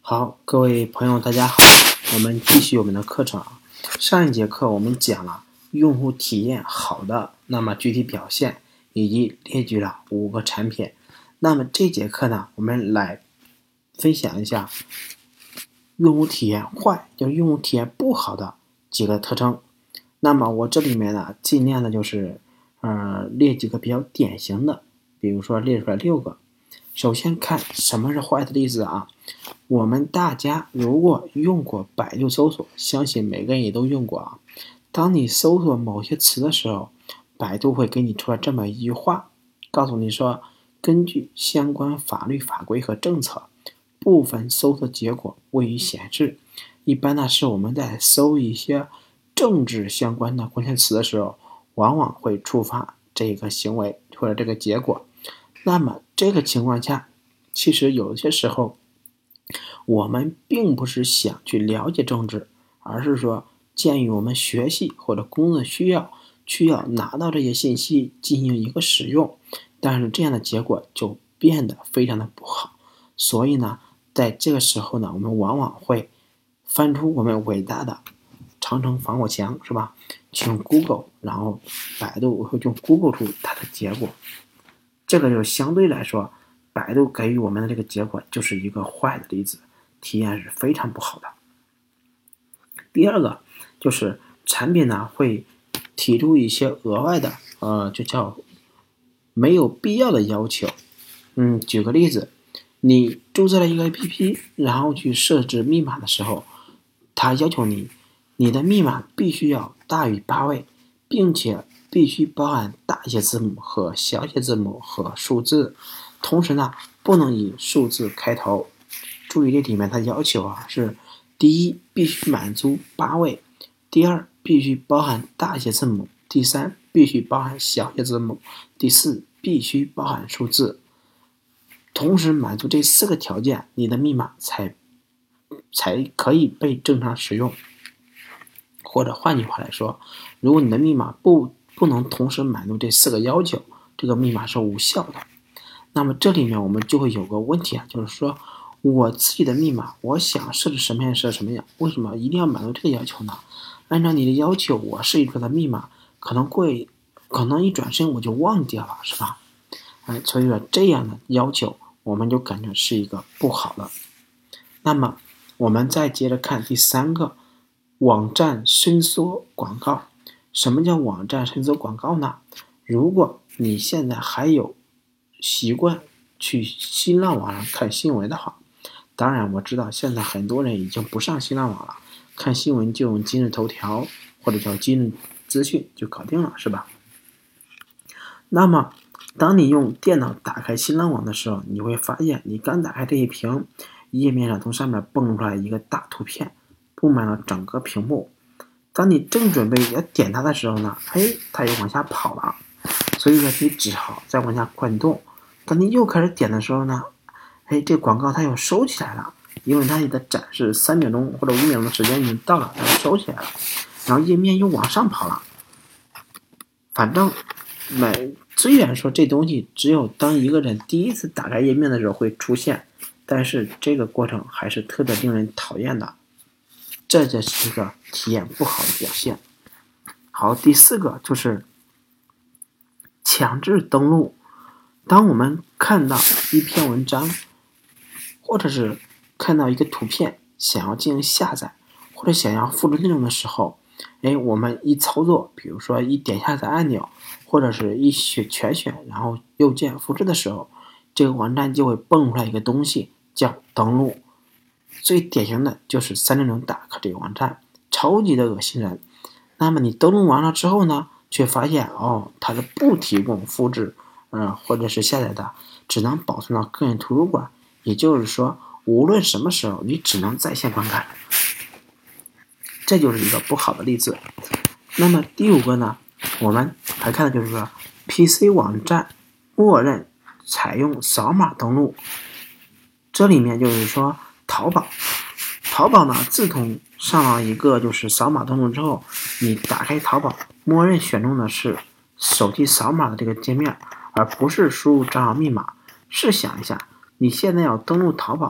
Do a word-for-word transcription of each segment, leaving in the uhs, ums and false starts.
好，各位朋友，大家好，我们继续我们的课程啊。上一节课我们讲了用户体验好的，那么具体表现，以及列举了五个产品。那么这节课呢，我们来分享一下用户体验坏，就是用户体验不好的几个特征。那么我这里面呢，尽量的就是呃列几个比较典型的，比如说列出来六个。首先看什么是坏的例子啊。我们大家如果用过百度搜索，相信每个人也都用过啊。当你搜索某些词的时候，百度会给你出来这么一句话，告诉你说，根据相关法律法规和政策，部分搜索结果未予显示。一般呢是我们在搜一些政治相关的关键词的时候，往往会触发这个行为或者这个结果。那么这个情况下，其实有些时候我们并不是想去了解政治，而是说鉴于我们学习或者工作需要，需要拿到这些信息进行一个使用，但是这样的结果就变得非常的不好。所以呢，在这个时候呢，我们往往会翻出我们伟大的长城防火墙，是吧？去用 Google， 然后百度会用 Google 出它的结果。这个就相对来说，百度给予我们的这个结果就是一个坏的例子，体验是非常不好的。第二个就是产品呢会提出一些额外的呃，就叫没有必要的要求。嗯，举个例子，你注册了一个 A P P， 然后去设置密码的时候，它要求你你的密码必须要大于八位，并且必须包含大写字母和小写字母和数字，同时呢不能以数字开头。注意这里面它要求啊是：第一，必须满足八位；第二，必须包含大写字母；第三，必须包含小写字母；第四，必须包含数字。同时满足这四个条件，你的密码才才可以被正常使用。或者换句话来说，如果你的密码不不能同时满足这四个要求，这个密码是无效的。那么这里面我们就会有个问题啊，就是说我自己的密码，我想设置什么样设置什么样，为什么一定要满足这个要求呢？按照你的要求，我设计出来的密码可能会可能一转身我就忘掉了，是吧？哎，所以说这样的要求我们就感觉是一个不好的。那么我们再接着看第三个，网站伸缩广告。什么叫网站伸缩广告呢？如果你现在还有习惯去新浪网上看新闻的话，当然我知道现在很多人已经不上新浪网了，看新闻就用今日头条或者叫今日资讯就搞定了，是吧？那么当你用电脑打开新浪网的时候，你会发现你刚打开这一屏，页面上从上面蹦出来一个大图片，布满了整个屏幕。当你正准备要点它的时候呢，哎，它又往下跑了，所以说你只好再往下滚动。当你又开始点的时候呢，哎，这广告它又收起来了，因为它的展示三秒钟或者五秒钟的时间已经到了，它就收起来了，然后页面又往上跑了。反正每虽然说这东西只有当一个人第一次打开页面的时候会出现，但是这个过程还是特别令人讨厌的。这就是一个体验不好的表现。好，第四个就是强制登录。当我们看到一篇文章，或者是看到一个图片，想要进行下载，或者想要复制内容的时候，哎，我们一操作，比如说一点下载按钮，或者是一选全选，然后右键复制的时候，这个网站就会蹦出来一个东西叫登录。最典型的就是三六零打卡这个网站，超级的恶心人。那么你登录完了之后呢，却发现哦，它是不提供复制，嗯、呃，或者是下载的，只能保存到个人图书馆。也就是说，无论什么时候，你只能在线观看。这就是一个不好的例子。那么第五个呢，我们还看的就是说 P C 网站默认采用扫码登录。这里面就是说淘宝，淘宝呢，自从上了一个就是扫码登录之后，你打开淘宝，默认选中的是手机扫码的这个界面，而不是输入账号密码。试想一下，你现在要登录淘宝，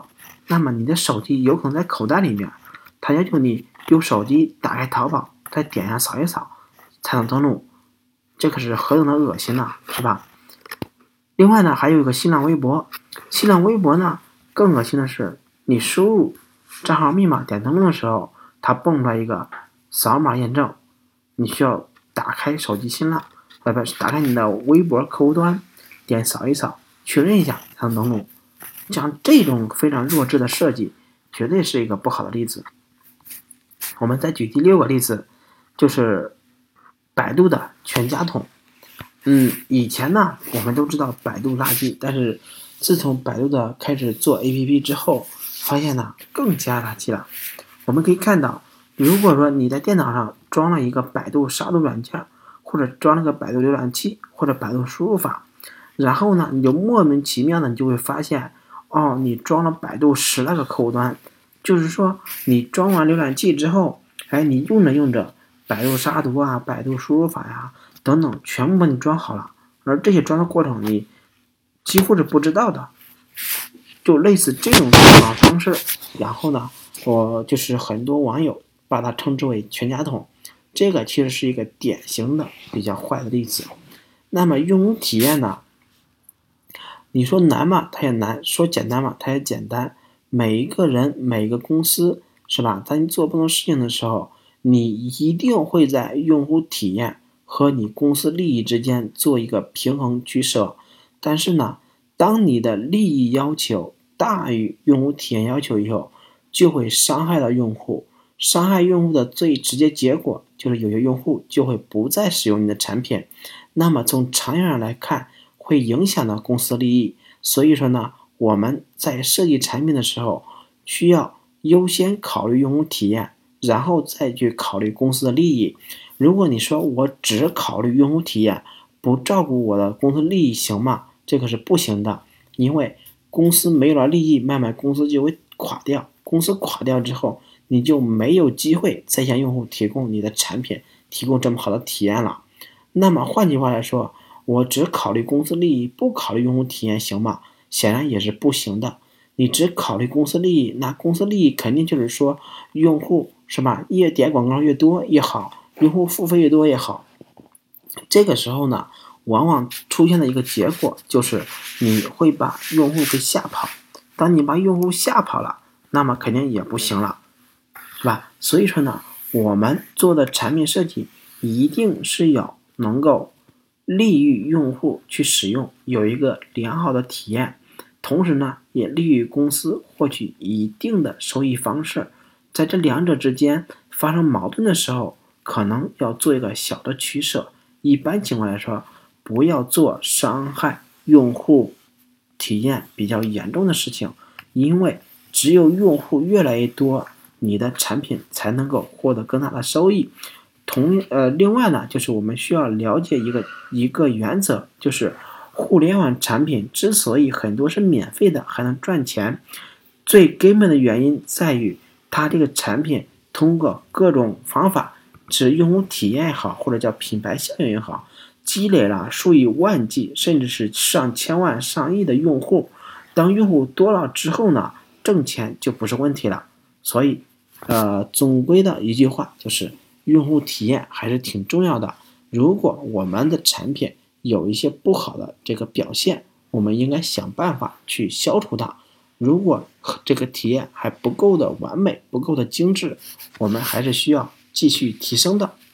那么你的手机有可能在口袋里面，他要求你用手机打开淘宝，再点上扫一扫才能登录，这可是何等的恶心呐，是吧？另外呢，还有一个新浪微博，新浪微博呢更恶心的是，你输入账号密码点登录的时候，它蹦出来一个扫码验证，你需要打开手机新浪，呃不，打开你的微博客户端，点扫一扫，确认一下才能登录。像这种非常弱智的设计，绝对是一个不好的例子。我们再举第六个例子，就是百度的全家桶。嗯，以前呢，我们都知道百度垃圾，但是自从百度的开始做 A P P 之后，发现呢更加垃圾了。我们可以看到，如果说你在电脑上装了一个百度杀毒软件，或者装了个百度浏览器，或者百度输入法，然后呢，你就莫名其妙的，你就会发现，哦，你装了百度十来个客户端，就是说你装完浏览器之后，哎，你用着用着，百度杀毒啊，百度输入法呀、啊、等等，全部帮你装好了，而这些装的过程你几乎是不知道的，就类似这种装装方式。然后呢，我就是很多网友把它称之为全家桶，这个其实是一个典型的比较坏的例子。那么用户体验呢？你说难嘛，它也难；说简单嘛，它也简单。每一个人、每一个公司，是吧？当你做不同事情的时候，你一定会在用户体验和你公司利益之间做一个平衡取舍。但是呢，当你的利益要求大于用户体验要求以后，就会伤害到用户。伤害用户的最直接结果就是有些用户就会不再使用你的产品。那么从长远上来看，会影响到公司利益。所以说呢，我们在设计产品的时候，需要优先考虑用户体验，然后再去考虑公司的利益。如果你说我只考虑用户体验，不照顾我的公司利益，行吗？这个是不行的，因为公司没有了利益，慢慢公司就会垮掉。公司垮掉之后，你就没有机会再向用户提供你的产品，提供这么好的体验了。那么换句话来说，我只考虑公司利益，不考虑用户体验，行吗？显然也是不行的。你只考虑公司利益，那公司利益肯定就是说，用户是吧？越点广告越多越好，用户付费越多越好。这个时候呢，往往出现的一个结果就是你会把用户给吓跑。当你把用户吓跑了，那么肯定也不行了，是吧？所以说呢，我们做的产品设计一定是要能够利于用户去使用，有一个良好的体验，同时呢，也利于公司获取一定的收益方式。在这两者之间发生矛盾的时候，可能要做一个小的取舍。一般情况来说，不要做伤害用户体验比较严重的事情，因为只有用户越来越多，你的产品才能够获得更大的收益。同呃，另外呢，就是我们需要了解一个一个原则，就是互联网产品之所以很多是免费的还能赚钱，最根本的原因在于它这个产品通过各种方法，使用户体验也好，或者叫品牌效应也好，积累了数以万计甚至是上千万上亿的用户。当用户多了之后呢，挣钱就不是问题了。所以呃，总归的一句话就是用户体验还是挺重要的。如果我们的产品有一些不好的这个表现，我们应该想办法去消除它。如果这个体验还不够的完美，不够的精致，我们还是需要继续提升的。